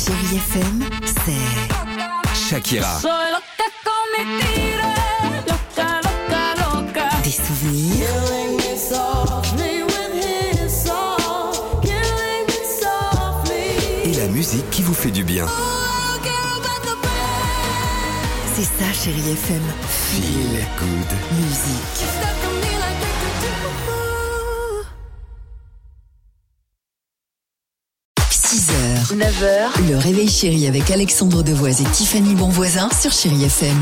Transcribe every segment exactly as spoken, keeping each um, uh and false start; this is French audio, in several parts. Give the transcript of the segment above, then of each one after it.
Chérie F M, c'est Shakira. des souvenirs, Et la musique qui vous fait du bien. c'est ça Chérie F M, Feel good. musique. six heures, neuf heures, le réveil chéri avec Alexandre Devoise et Tiffany Bonvoisin sur Chérie F M.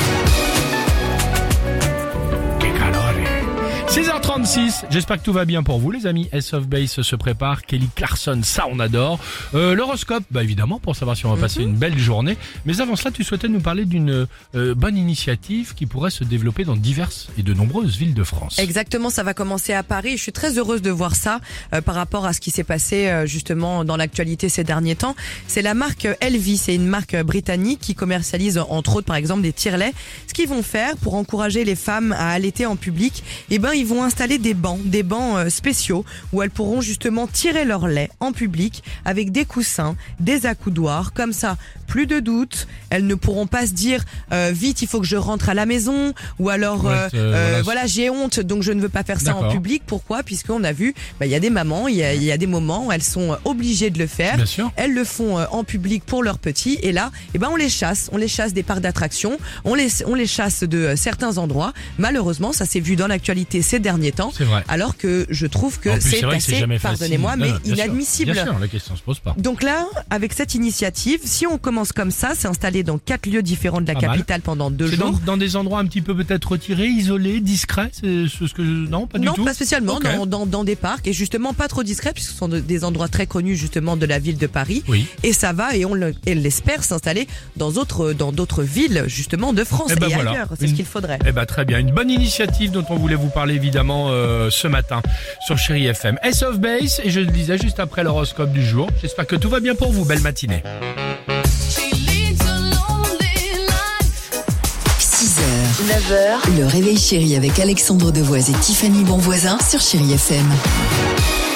six heures trente-six, j'espère que tout va bien pour vous les amis. S of Base se prépare, Kelly Clarkson, ça on adore. Euh, l'horoscope, bah évidemment, pour savoir si on va passer une belle journée. Mais avant cela, tu souhaitais nous parler d'une euh, bonne initiative qui pourrait se développer dans diverses et de nombreuses villes de France. Exactement, ça va commencer à Paris. Je suis très heureuse de voir ça euh, par rapport à ce qui s'est passé euh, justement dans l'actualité ces derniers temps. C'est la marque Elvis, c'est une marque britannique qui commercialise entre autres par exemple des tire-laits. Ce qu'ils vont faire pour encourager les femmes à allaiter en public, eh ben ils vont installer des bancs, des bancs euh, spéciaux où elles pourront justement tirer leur lait en public avec des coussins, des accoudoirs, comme ça, plus de doute. Elles ne pourront pas se dire euh, vite il faut que je rentre à la maison ou alors Ouais, euh, euh, euh, voilà. voilà j'ai honte donc je ne veux pas faire ça en D'accord. public. Pourquoi ? Puisqu'on a vu, bah, il y a des mamans, il y a, il y a des moments où elles sont obligées de le faire. Bien sûr. Elles le font euh, en public pour leurs petits et là, eh ben on les chasse, on les chasse des parcs d'attractions, on les on les chasse de euh, certains endroits. Malheureusement, ça s'est vu dans l'actualité ces derniers temps. C'est vrai. Alors que je trouve que En plus, c'est vrai que c'est assez, jamais facile. pardonnez-moi, mais Non, non, bien sûr. inadmissible. Bien sûr, la question se pose pas. Donc là, avec cette initiative, si on commence comme ça, c'est installé dans quatre lieux différents de la Pas mal. capitale pendant deux C'est dans, jours. dans des endroits un petit peu peut-être retirés, isolés, discrets, c'est ce que non, pas du Non, tout. pas spécialement, Ok. dans, dans, dans des parcs et justement pas trop discrets puisque ce sont de- des endroits très connus justement de la ville de Paris. Oui. Et ça va et on le- et l'espère s'installer dans d'autres dans d'autres villes justement de France Eh ben et voilà. ailleurs. C'est Une- ce qu'il faudrait. Eh ben très bien, une bonne initiative dont on voulait vous parler évidemment euh, ce matin sur Chérie F M. S of Base et je le disais juste après l'horoscope du jour. J'espère que tout va bien pour vous. Belle matinée. six heures, neuf heures, le réveil chéri avec Alexandre Devoise et Tiffany Bonvoisin sur Chérie F M.